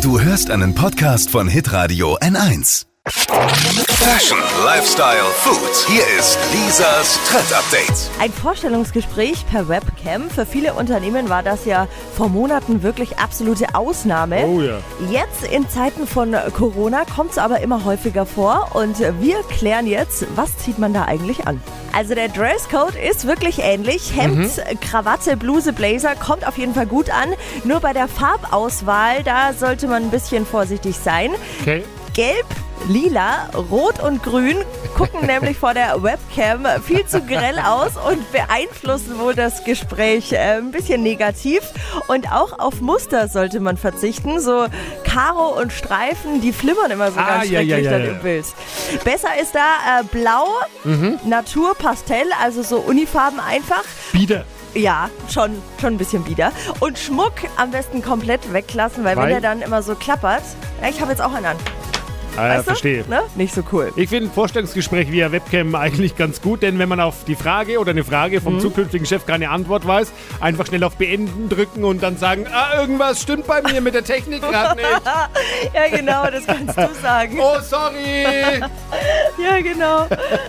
Du hörst einen Podcast von Hitradio N1. Fashion, Lifestyle, Food. Hier ist Lisas Trend Update. Ein Vorstellungsgespräch per Webcam. Für viele Unternehmen war das ja vor Monaten wirklich absolute Ausnahme. Oh ja. Jetzt in Zeiten von Corona kommt es aber immer häufiger vor. Und wir klären jetzt, was zieht man da eigentlich an? Also der Dresscode ist wirklich ähnlich. Hemd, Krawatte, Bluse, Blazer kommt auf jeden Fall gut an. Nur bei der Farbauswahl, da sollte man ein bisschen vorsichtig sein. Okay. Gelb, Lila, Rot und Grün gucken nämlich vor der Webcam viel zu grell aus und beeinflussen wohl das Gespräch ein bisschen negativ. Und auch auf Muster sollte man verzichten. So Karo und Streifen, die flimmern immer so ganz schrecklich dann im Bild. Besser ist da Blau, Natur, Pastell, also so Unifarben einfach. Bieder. Ja, schon ein bisschen bieder. Und Schmuck am besten komplett weglassen, weil wenn der dann immer so klappert. Ja, ich habe jetzt auch einen an. Ja, verstehe. Ne? Nicht so cool. Ich finde ein Vorstellungsgespräch via Webcam eigentlich ganz gut, denn wenn man auf die Frage oder eine Frage vom zukünftigen Chef keine Antwort weiß, einfach schnell auf Beenden drücken und dann sagen, irgendwas stimmt bei mir mit der Technik gerade nicht. Ja, genau, das kannst du sagen. Oh, sorry. Ja, genau.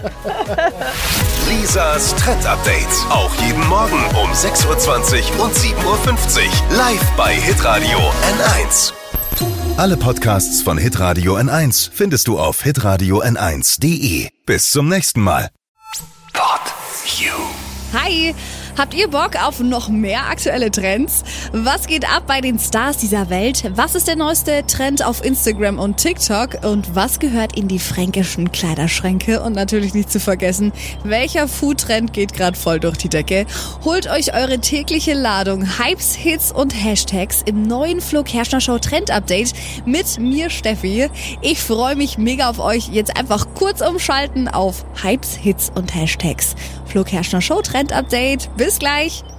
Lisas Trend Update. Auch jeden Morgen um 6.20 Uhr und 7.50 Uhr. Live bei Hitradio N1. Alle Podcasts von Hitradio N1 findest du auf hitradio n1.de. Bis zum nächsten Mal. Pod You. Hi, habt ihr Bock auf noch mehr aktuelle Trends? Was geht ab bei den Stars dieser Welt? Was ist der neueste Trend auf Instagram und TikTok? Und was gehört in die fränkischen Kleiderschränke? Und natürlich nicht zu vergessen, welcher Foodtrend geht gerade voll durch die Decke? Holt euch eure tägliche Ladung Hypes, Hits und Hashtags im neuen Flo Kerschner Show Trend Update mit mir, Steffi. Ich freue mich mega auf euch. Jetzt einfach kurz umschalten auf Hypes, Hits und Hashtags. Flo Kerschner Show Trend Update. Bis gleich.